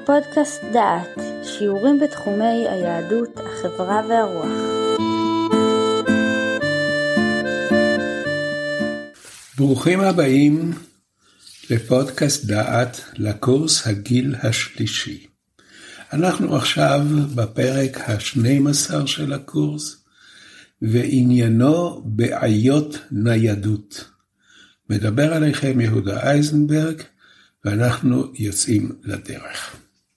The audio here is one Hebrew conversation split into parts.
פודקאסט דעת, שיעורים בתחומי היהדות, החברה והרוח. ברוכים הבאים לפודקאסט דעת, לקורס הגיל השלישי. אנחנו עכשיו בפרק ה-12 של הקורס, ועניינו בעיות ניידות. מדבר עליכם יהודה אייזנברג, ואנחנו יוצאים לדרך.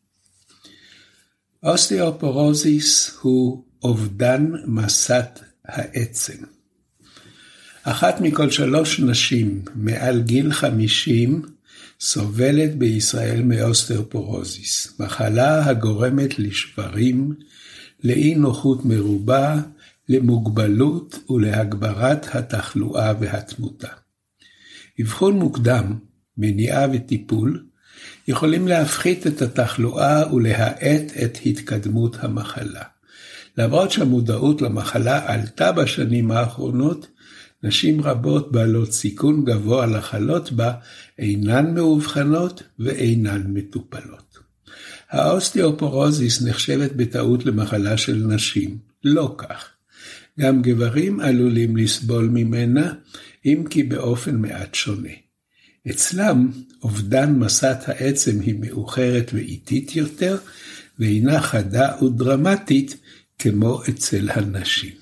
אוסטאופורוזיס הוא אובדן מסת העצם. אחת מכל 3 נשים מעל גיל 50 סובלת בישראל מאוסטאופורוזיס, מחלה הגורמת לשברים, לאי נוחות מרובה, למוגבלות ולהגברת התחלואה והתמותה. אבחון מוקדם, מניעה וטיפול, יכולים להפחית את התחלואה ולהאט את התקדמות המחלה. למרות שהמודעות למחלה עלתה בשנים האחרונות, נשים רבות בעלות סיכון גבוה לחלות בה אינן מאובחנות ואינן מטופלות. האוסטאופורוזיס נחשבת בטעות למחלה של נשים, לא כך. גם גברים עלולים לסבול ממנה, אם כי באופן מעט שונה. אצלם אובדן מסת העצם היא מאוחרת ואיטית יותר, ואינה חדה ודרמטית כמו אצל הנשים.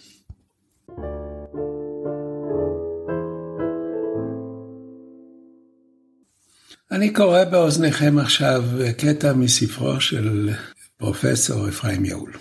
אני קורא באוזניכם עכשיו קטע מספרו של פרופסור אפרים יעול.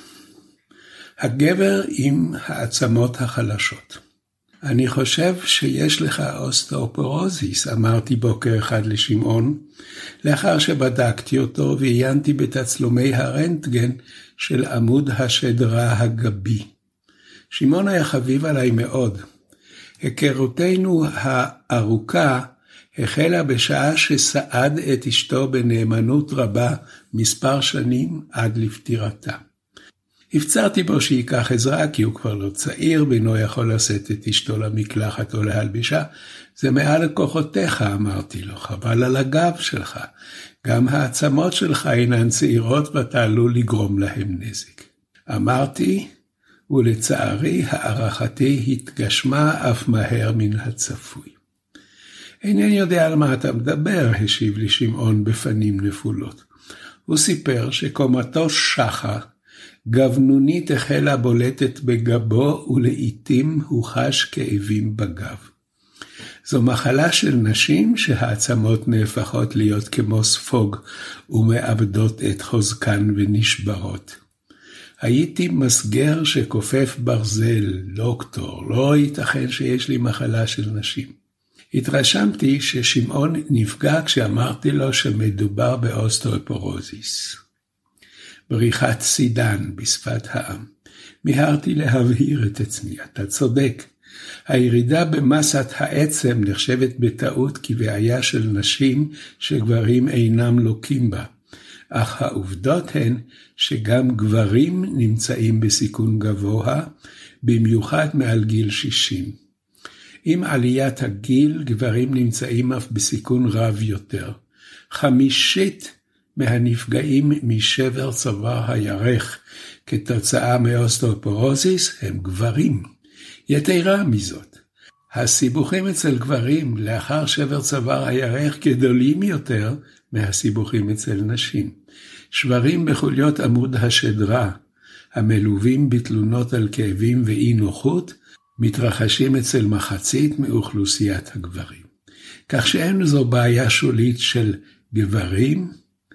הגבר עם העצמות החלשות. אני חושב שיש לך אוסטאופורוזיס, אמרתי בוקר אחד לשמעון, לאחר שבדקתי אותו ועיינתי בתצלומי הרנטגן של עמוד השדרה הגבי. שמעון היה חביב עליי מאוד. היכרותנו הארוכה החלה בשעה שסעד את אשתו בנאמנות רבה מספר שנים עד לפטירתה. הפצרתי בו שיקח עזרה, כי הוא כבר לא צעיר, ואינו יכול לשאת את אשתו למקלחת או להלבישה. זה מעל כוחותיך, אמרתי לו, חבל על הגב שלך. גם העצמות שלך אינן צעירות, ואתה עלול לגרום להם נזק. אמרתי, ולצערי הערכתי התגשמה אף מהר מן הצפוי. אינני יודע על מה אתה מדבר, השיב לי שמעון בפנים נפולות. הוא סיפר שקומתו שחה, גבנונית החלה בולטת בגבו, ולעיתים הוא חש כאבים בגב. זו מחלה של נשים שהעצמות נהפכות להיות כמו ספוג, ומאבדות את חוזקן ונשברות. הייתי מסגר שכופף ברזל, דוקטור, לא ייתכן שיש לי מחלה של נשים. התרשמתי ששמעון נפגע כשאמרתי לו שמדובר באוסטאופורוזיס. בריחת סידן בשפת העם. מיהרתי להבהיר את עצמי, אתה צודק. הירידה במסת העצם נחשבת בטעות כבעיה של נשים שגברים אינם לוקים בה. אך העובדות הן שגם גברים נמצאים בסיכון גבוה, במיוחד מעל גיל 60. עם עליית הגיל, גברים נמצאים אף בסיכון רב יותר. 50% מהנפגעים משבר צוואר הירך כתוצאה מאוסטאופורוזיס הם גברים. יתרה מזאת, הסיבוכים אצל גברים לאחר שבר צוואר הירך גדולים יותר מהסיבוכים אצל נשים. שברים בחוליות עמוד השדרה, המלווים בתלונות על כאבים ואי נוחות, מתרחשים אצל מחצית מאוכלוסיית הגברים. כך שאין זו בעיה שולית של גברים,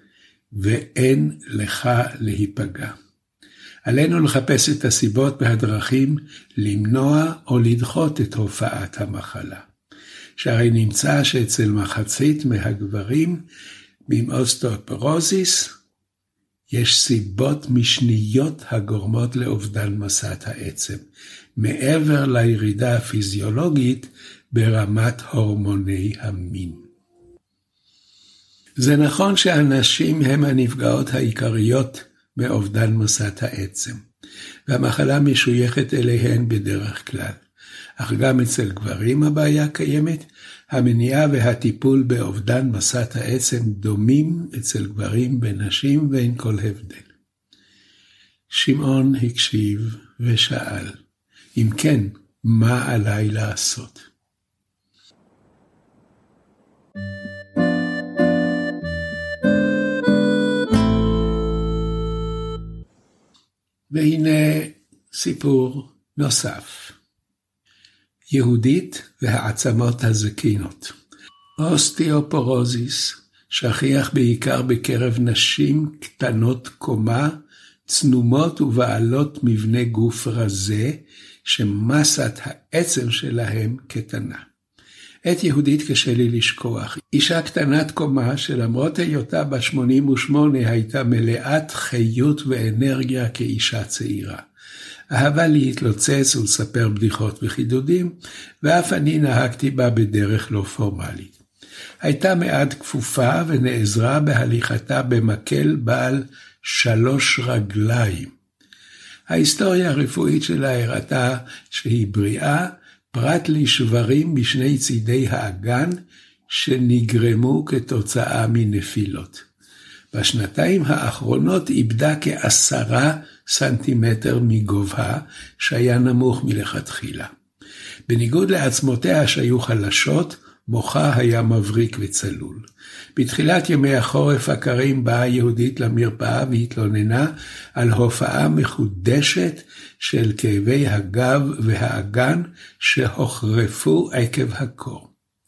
ואין לך להיפגע. עלינו לחפש את הסיבות והדרכים למנוע או לדחות את הופעת המחלה. שהרי נמצא שאצל מחצית מהגברים עם אוסטאופורוזיס יש סיבות משניות הגורמות לאובדן מסת העצם, מעבר לירידה הפיזיולוגית ברמת הורמוני המין. זה נכון שהנשים הם הנפגעות העיקריות מאובדן מסת העצם, והמחלה משויכת אליהן בדרך כלל. אך גם אצל גברים הבעיה קיימת. המניעה והטיפול באובדן מסת העצם דומים אצל גברים ונשים ואין כל הבדל. שמעון הקשיב ושאל, אם כן, מה עליי לעשות? והנה סיפור נוסף. יהודית והעצמות הזקינות. אוסטאופורוזיס שכיח בעיקר בקרב נשים קטנות קומה, צנומות ובעלות מבנה גוף רזה, שמסת העצם שלהם קטנה. את יהודית קשה לי לשכוח. אישה קטנת קומה שלמרות היותה בת 88 הייתה מלאת חיות ואנרגיה כאישה צעירה. אהבה להתלוצץ ולספר בדיחות וחידודים, ואף אני נהגתי בה בדרך לא פורמלית. הייתה מעט כפופה ונעזרה בהליכתה במקל בעל 3 רגליים. ההיסטוריה הרפואית שלה הראתה שהיא בריאה, פרט לשברים בשני צידי האגן שנגרמו כתוצאה מנפילות. בשנתיים האחרונות איבדה כ10 סנטימטר מגובה, שהיה נמוך מלכתחילה. בניגוד לעצמותיה שהיו חלשות, מוחה היה מבריק וצלול. בתחילת ימי החורף הקרים באה יהודית למרפאה והתלוננה על הופעה מחודשת של כאבי הגב והאגן שהוחרפו עקב הקור.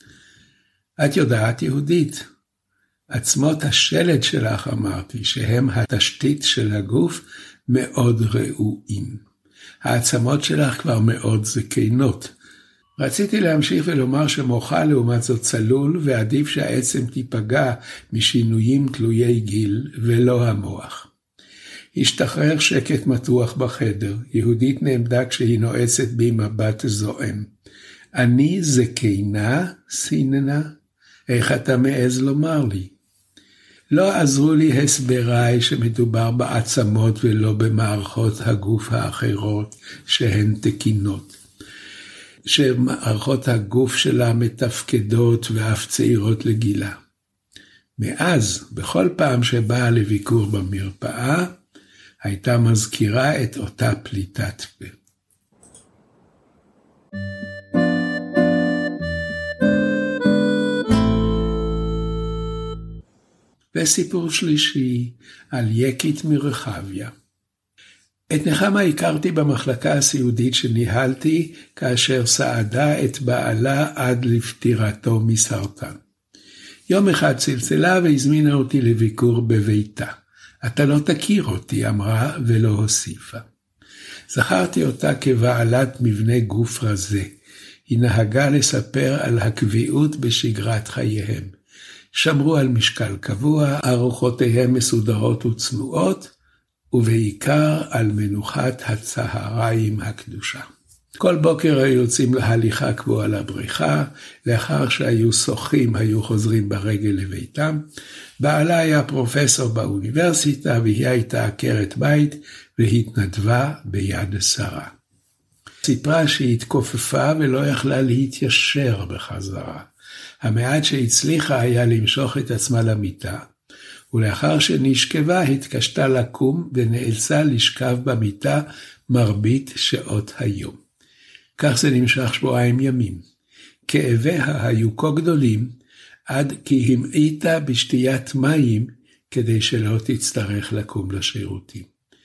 את יודעת יהודית, עצמות השלד שלך אמרתי שהם התשתית של הגוף מאוד ראויים. העצמות שלך כבר מאוד זקנות. רציתי להמשיך ולומר שמוחה לעומת זאת צלול ועדיף שהעצם תיפגע משינויים תלויי גיל ולא המוח. השתחרר שקט מתוח בחדר. יהודית נעמדה כשהיא נועצת בי מבט זועם. אני זקנה, סיננה? איך אתה מעז לומר לי? לא עזרו לי הסבריי שמדובר בעצמות ולא במערכות הגוף האחרות שהן תקינות. שמערכות הגוף שלה מתפקדות ואף צעירות לגילה. מאז, בכל פעם שבאה לביקור במרפאה, הייתה מזכירה את אותה פליטת פה. וסיפור שלישי על יקית מרחביה. את נחמה הכרתי במחלקה הסיעודית שניהלתי כאשר סעדה את בעלה עד לפטירתו מסרטן. יום אחד צלצלה והזמינה אותי לביקור בביתה. אתה לא תכיר אותי, אמרה ולא הוסיפה. זכרתי אותה כבעלת מבנה גוף רזה. היא נהגה לספר על הקביעות בשגרת חייהם. שמרו על משקל קבוע, ארוחותיהם מסודרות וצנועות, ובעיקר על מנוחת הצהריים הקדושה. כל בוקר היו יוצאים להליכה קבועה לבריכה, לאחר שהיו שוחים היו חוזרים ברגל לביתם. בעלה היה פרופסור באוניברסיטה והיא הייתה עקרת בית והתנדבה ביד שרה. סיפרה שהיא התכופפה ולא יכלה להתיישר בחזרה. המעט שהצליחה היה למשוך את עצמה למיטה, ולאחר שנשכבה התקשתה לקום ונאלצה לשכב במיטה מרבית שעות היום. כך זה נמשך 2 ימים. כאביה היו כה גדולים, עד כי המעיטה בשתיית מים כדי שלא תצטרך לקום לשירותים.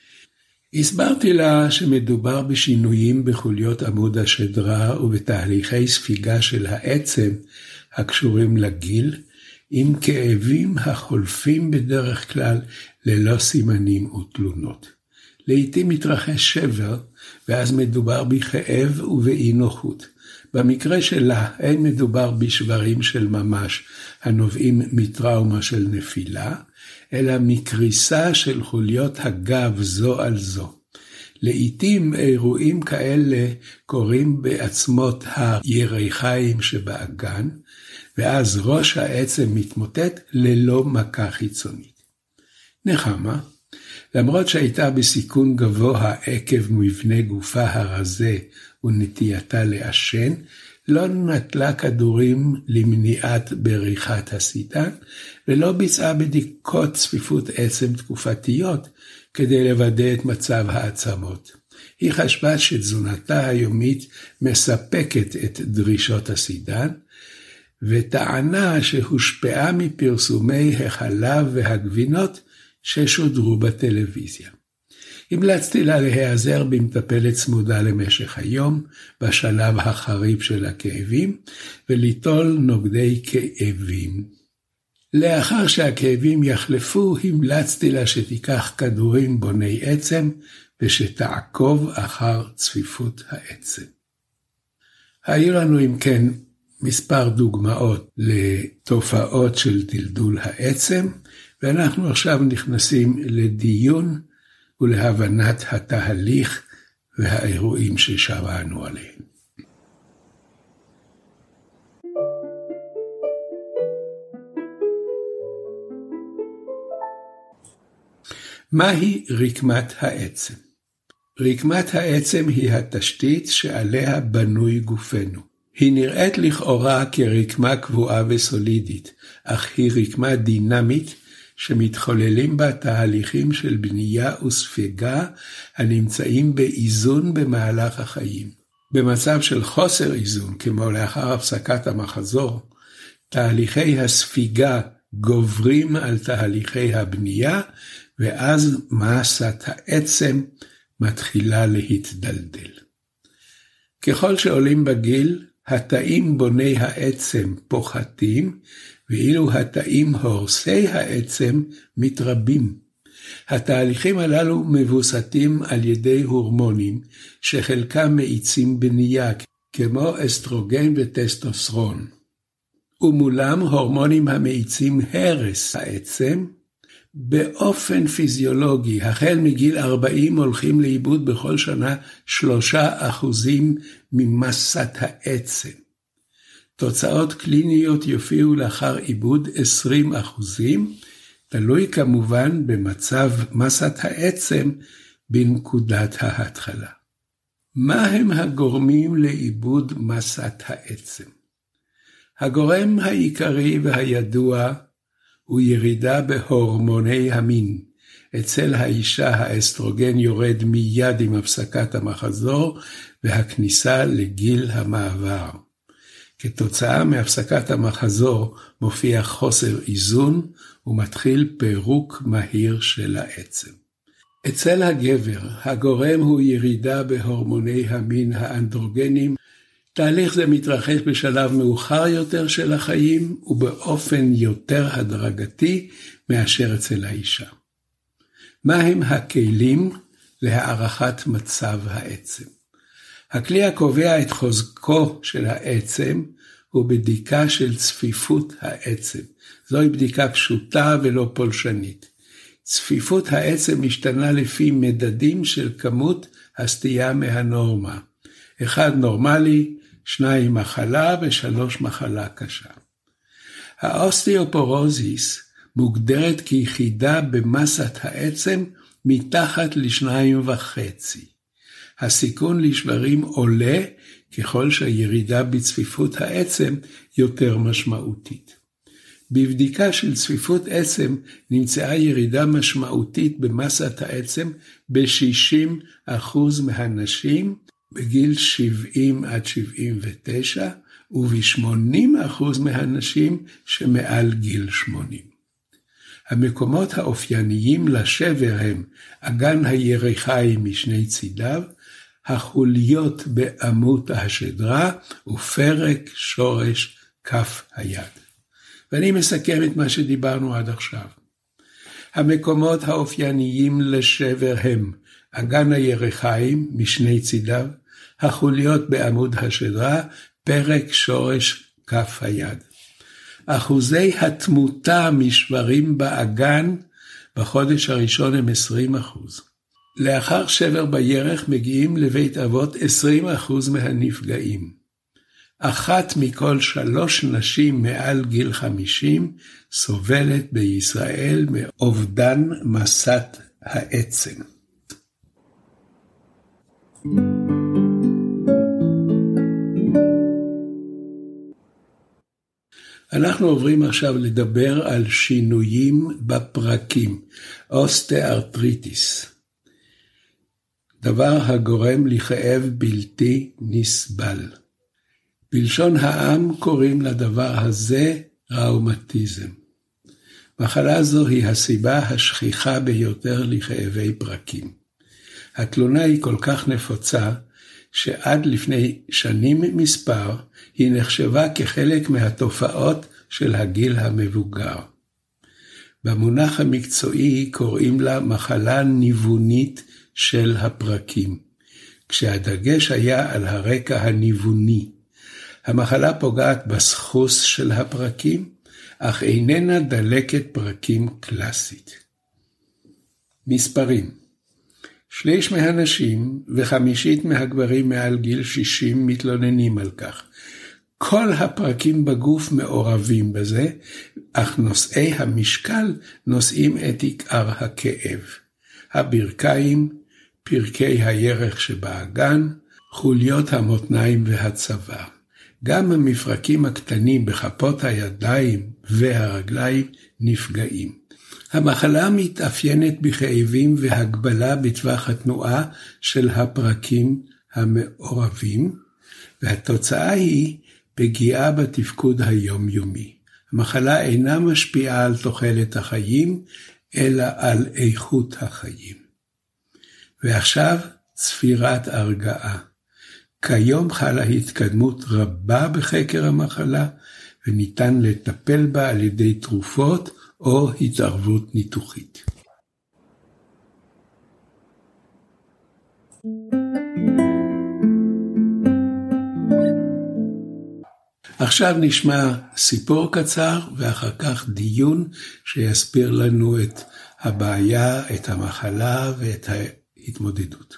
הסברתי לה שמדובר בשינויים בחוליות עמוד השדרה ובתהליכי ספיגה של העצם הקשורים לגיל, עם כאבים החולפים בדרך כלל ללא סימנים ותלונות. לעתים מתרחש שבר, ואז מדובר בכאב ובאי נוחות. במקרה שלה אין מדובר בשברים של ממש הנובעים מטראומה של נפילה, אלא מקריסה של חוליות הגב זו על זו. לעתים אירועים כאלה קורים בעצמות הירכיים שבאגן, ואז ראש העצם מתמוטט ללא מכה חיצונית. נחמה, למרות שהייתה בסיכון גבוה עקב מבנה גופה הרזה ונטייתה לעשן, לא נטלה כדורים למניעת בריחת הסידן, ולא ביצעה בדיקות צפיפות עצם תקופתיות כדי לוודא את מצב העצמות. היא חשבה שתזונתה היומית מספקת את דרישות הסידן, וטענה שהושפעה מפרסומי החלב והגבינות ששודרו בטלוויזיה. המלצתי לה להיעזר במטפלת צמודה למשך היום, בשלב החריף של הכאבים, וליטול נוגדי כאבים. לאחר שהכאבים יחלפו, המלצתי לה שתיקח כדורים בוני עצם, ושתעקוב אחר צפיפות העצם. היו לנו אם כן מספר דוגמאות לתופעות של דלדול העצם, ואנחנו עכשיו נכנסים לדיון ולהבנת התהליך והאירועים ששמענו עליהם. מהי רקמת העצם? רקמת העצם היא התשתית שעליה בנוי גופנו. היא נראית לכאורה כרקמה קבועה וסולידית, אך היא רקמה דינמית שמתחוללים בה תהליכים של בנייה וספיגה הנמצאים באיזון במהלך החיים. במצב של חוסר איזון, כמו לאחר הפסקת המחזור, תהליכי הספיגה גוברים על תהליכי הבנייה, ואז מסת העצם מתחילה להתדלדל. ככל שעולים בגיל, התאים בוני העצם פוחתים, ואילו התאים הורסי העצם מתרבים. התהליכים הללו מבוסתים על ידי הורמונים, שחלקם מאיצים בנייה, כמו אסטרוגן וטסטוסטרון. ומולם הורמונים המאיצים הרס העצם, באופן פיזיולוגי, החל מגיל 40 הולכים לאיבוד בכל שנה 3% ממסת העצם. תוצאות קליניות יופיעו לאחר איבוד 20%, תלוי כמובן במצב מסת העצם בנקודת ההתחלה. מה הם הגורמים לאיבוד מסת העצם? הגורם העיקרי והידוע הוא ירידה בהורמוני המין. אצל האישה האסטרוגן יורד מיד עם הפסקת המחזור והכניסה לגיל המעבר. כתוצאה מהפסקת המחזור מופיע חוסר איזון ומתחיל פירוק מהיר של העצם. אצל הגבר הגורם הוא ירידה בהורמוני המין האנדרוגנים. תהליך זה מתרחש בשלב מאוחר יותר של החיים ובאופן יותר הדרגתי מאשר אצל האישה. מהם הכלים להערכת מצב העצם? הכלי הקובע את חוזקו של העצם הוא בדיקה של צפיפות העצם. זוהי בדיקה פשוטה ולא פולשנית. צפיפות העצם משתנה לפי מדדים של כמות הסטייה מהנורמה. 1 נורמלי, 2 מחלה ו3 מחלה קשה. האוסטאופורוזיס מוגדרת כיחידה במסת העצם מתחת ל2.5. הסיכון לשברים עולה ככל שהירידה בצפיפות העצם יותר משמעותית. בבדיקה של צפיפות עצם נמצאה ירידה משמעותית במסת העצם ב-60% מהנשים בגיל 70 עד 79 וב-80% מהנשים שמעל גיל 80. המקומות האופייניים לשבר הם אגן הירכיים משני צידיו, החוליות בעמוד השדרה ופרק שורש כף היד. ואני מסכם את מה שדיברנו עד עכשיו. המקומות האופייניים לשבר הם אגן הירכיים משני צידיו, החוליות בעמוד השדרה, פרק שורש כף היד. אחוזי התמותה משברים באגן בחודש הראשון הם 20%. לאחר שבר בירך מגיעים לבית אבות 20% מהנפגעים. 1 מכל 3 נשים מעל גיל 50 סובלת בישראל מאובדן מסת העצם. אנחנו עוברים עכשיו לדבר על שינויים בפרקים, אוסטארטריטיס. דבר הגורם לכאב בלתי נסבל. בלשון העם קוראים לדבר הזה ראומטיזם. מחלה זו היא הסיבה השכיחה ביותר לכאבי פרקים. התלונה היא כל כך נפוצה, שעד לפני שנים מספר היא נחשבה כחלק מהתופעות של הגיל המבוגר. במונח המקצועי קוראים לה מחלה ניוונית של הפרקים, כשהדגש היה על הרקע הניווני. המחלה פוגעת בסחוס של הפרקים, אך איננה דלקת פרקים קלאסית. מספרים: 1/3 מהנשים ו50% מהגברים מעל גיל 60 מתלוננים על כך. כל הפרקים בגוף מעורבים בזה, אך נושאי המשקל נושאים את עיקר הכאב. הברכיים, פרקי הירך שבאגן, חוליות המותניים והצוואר. גם המפרקים הקטנים בכפות הידיים והרגליים נפגעים. המחלה מתאפיינת בכאבים והגבלה בטווח התנועה של הפרקים המעורבים, והתוצאה היא פגיעה בתפקוד היומיומי. המחלה אינה משפיעה על תוחלת החיים, אלא על איכות החיים. ועכשיו צפירת הרגעה. כיום חלה התקדמות רבה בחקר המחלה, וניתן לטפל בה על ידי תרופות או התערבות ניתוחית. עכשיו נשמע סיפור קצר ואחר כך דיון שיסביר לנו את הבעיה, את המחלה ואת ההתמודדות.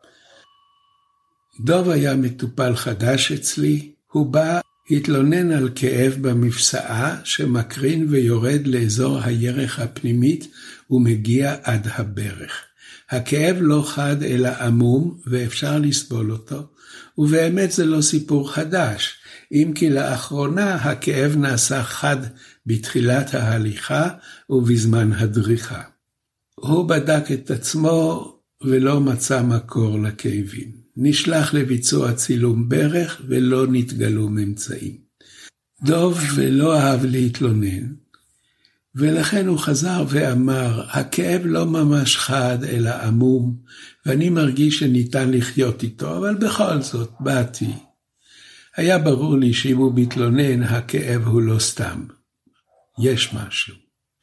דוב היה מטופל חדש אצלי, הוא בא התלונן על כאב במפסעה שמקרין ויורד לאזור הירך הפנימית ומגיע עד הברך. הכאב לא חד אלא עמום ואפשר לסבול אותו, ובאמת זה לא סיפור חדש, אם כי לאחרונה הכאב נעשה חד בתחילת ההליכה ובזמן הדריכה. הוא בדק את עצמו ולא מצא מקור לכאבים. נשלח לביצוע צילום ברך ולא נתגלו ממצאים. דוב לא אהב להתלונן, ולכן הוא חזר ואמר, הכאב לא ממש חד אלא עמום, ואני מרגיש שניתן לחיות איתו, אבל בכל זאת באתי. היה ברור לי שאם הוא מתלונן, הכאב הוא לא סתם. יש משהו.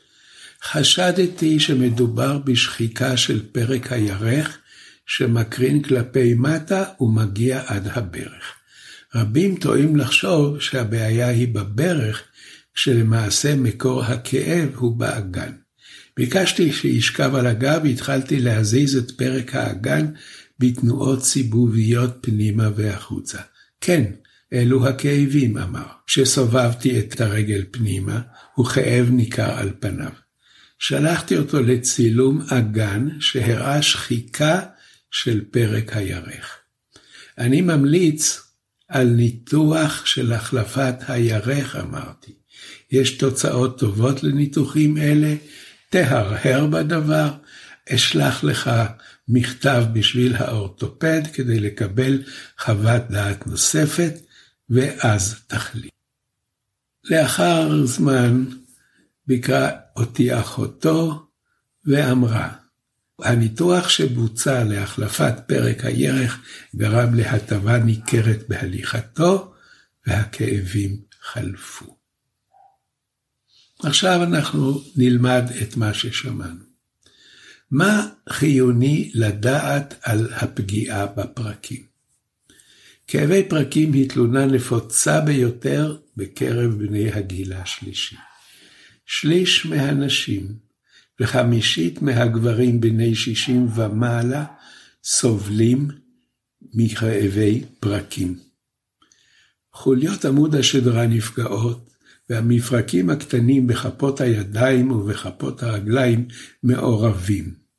חשדתי שמדובר בשחיקה של פרק הירך, שמקרין כלפי מטה ומגיע עד הברך. רבים טועים לחשוב שהבעיה היא בברך, כשלמעשה מקור הכאב הוא באגן. ביקשתי שישכב על הגב, התחלתי להזיז את פרק האגן בתנועות סיבוביות פנימה והחוצה. כן, אלו הכאבים, אמר. כשסובבתי את הרגל פנימה, וכאב ניכר על פניו. שלחתי אותו לצילום אגן שהראה שחיקה של פרק הירך. אני ממליץ על ניתוח של החלפת הירך, אמרתי. יש תוצאות טובות לניתוחים אלה, תהרהר בדבר, אשלח לך מכתב בשביל האורתופד כדי לקבל חוות דעת נוספת, ואז תחליט. לאחר זמן ביקרה אותי אחותו ואמרה, הניתוח שבוצע להחלפת פרק הירך גרם להטבה ניכרת בהליכתו, והכאבים חלפו. עכשיו אנחנו נלמד את מה ששמענו. מה חיוני לדעת על הפגיעה בפרקים? כאבי פרקים היא תלונה נפוצה ביותר בקרב בני הגיל השלישי. 1/3 מהנשים ו50% מהגברים בני 60 ומעלה סובלים מכאבי פרקים. חוליות עמוד השדרה נפגעות, והמפרקים הקטנים בכפות הידיים ובכפות הרגליים מעורבים.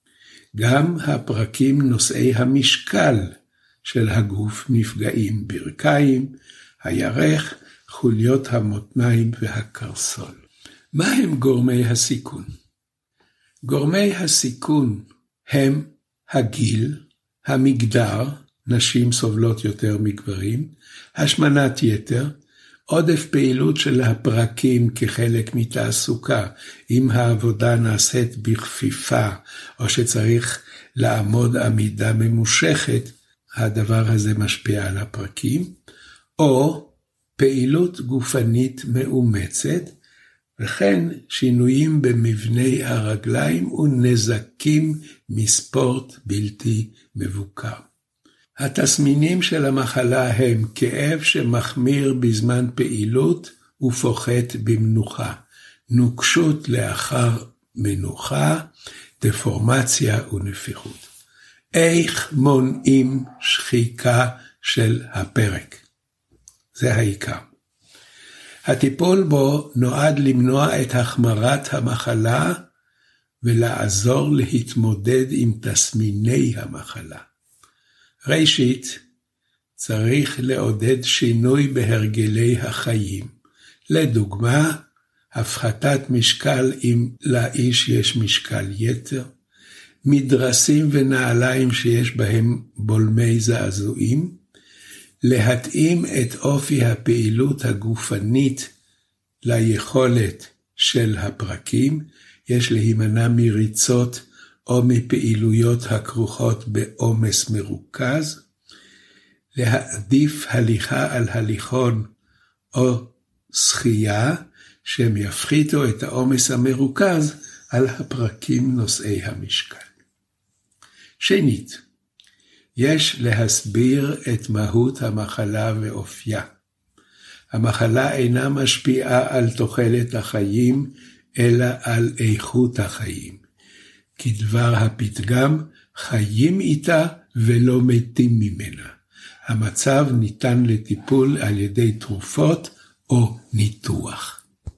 גם הפרקים נושאי המשקל של הגוף נפגעים, ברכיים, הירך, חוליות המותניים והקרסול. מה הם גורמי הסיכון? גורמי הסיכון הם הגיל, המגדר, נשים סובלות יותר מגברים, השמנת יתר, עודף פעילות של הפרקים כחלק מתעסוקה, אם העבודה נעשית בכפיפה או שצריך לעמוד עמידה ממושכת, הדבר הזה משפיע על הפרקים, או פעילות גופנית מאומצת, וכן שינויים במבני הרגליים ונזקים מספורט בלתי מבוקר. התסמינים של המחלה הם כאב שמחמיר בזמן פעילות ופוחת במנוחה, נוקשות לאחר מנוחה, דפורמציה ונפיחות. איך מונעים שחיקה של הפרק? זה העיקר. הטיפול בו נועד למנוע את החמרת המחלה ולעזור להתמודד עם תסמיני המחלה. ראשית, צריך לעודד שינוי בהרגלי החיים. לדוגמה, הפחתת משקל אם לאיש יש משקל יתר, מדרסים ונעליים שיש בהם בולמי זעזועים, להתאים את אופי הפעילות הגופנית ליכולת של הפרקים, יש להימנע מריצות או מפעילויות הכרוכות בעומס מרוכז, להעדיף הליכה על הליכון או שחייה, שהם יפחיתו את העומס המרוכז על הפרקים נושאי המשקל. שנית, יש להסביר את מהות המחלה ואופייה. המחלה אינה משפיעה על תוחלת החיים, אלא על איכות החיים. כדבר הפתגם, חיים איתה ולא מתים ממנה. המצב ניתן לטיפול על ידי תרופות או ניתוח.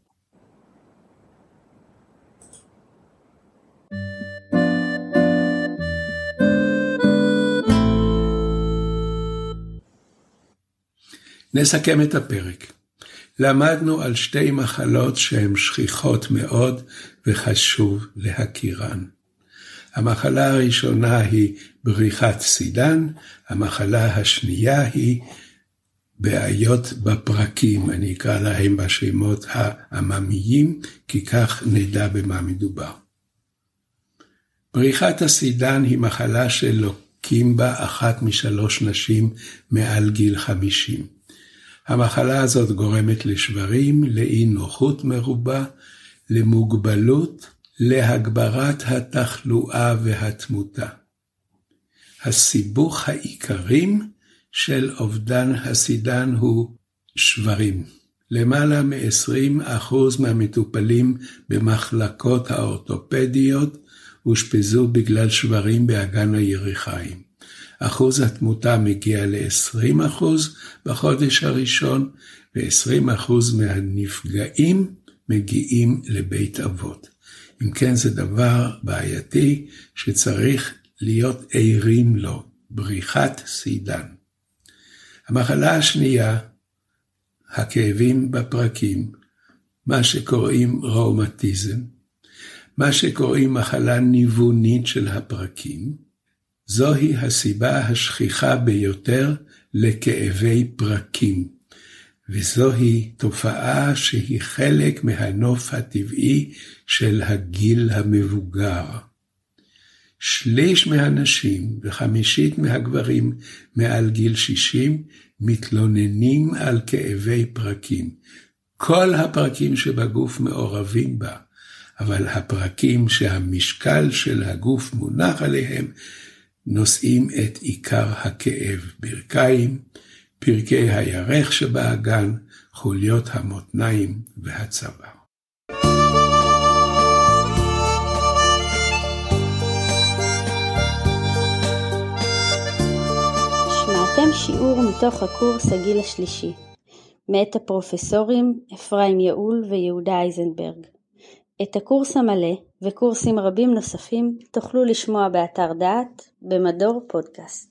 נסכם את הפרק. למדנו על שתי מחלות שהן שכיחות מאוד וחשוב להכירן. המחלה הראשונה היא בריחת סידן, המחלה השנייה היא בעיות בפרקים, אני אקרא להם בשמות העממיים, כי כך נדע במה מדובר. בריחת הסידן היא מחלה שלוקים בה 1 מ3 נשים מעל גיל 50. המחלה הזאת גורמת לשברים, לאי נוחות מרובה, למוגבלות, להגברת התחלואה והתמותה. הסיבוך העיקרים של אובדן הסידן הוא שברים. למעלה מ-20% מהמטופלים במחלקות האורתופדיות הושפזו בגלל שברים באגן הירכיים. אחוז התמותה מגיע ל-20% בחודש הראשון, ו-20% מהנפגעים מגיעים לבית אבות. אם כן, זה דבר בעייתי שצריך להיות ערים לו, בריחת סידן. המחלה השנייה, הכאבים בפרקים, מה שקוראים ראומטיזם, מה שקוראים מחלה ניוונית של הפרקים, זוהי הסיבה השכיחה ביותר לכאבי פרקים, וזוהי תופעה שהיא חלק מהנוף הטבעי של הגיל המבוגר. 1/3 מהנשים ו50% מהגברים מעל גיל 60 מתלוננים על כאבי פרקים. כל הפרקים שבגוף מעורבים בה, אבל הפרקים שהמשקל של הגוף מונח עליהם, נושאים את עיקר הכאב, ברכיים, פרקי הירך שבאגן, חוליות המותניים והצוואר. שמעתם שיעור מתוך הקורס הגיל השלישי, מאת הפרופסורים אפרים יעול ויהודה אייזנברג. את הקורס המלא וקורסים רבים נוספים תוכלו לשמוע באתר דעת במדור פודקאסט.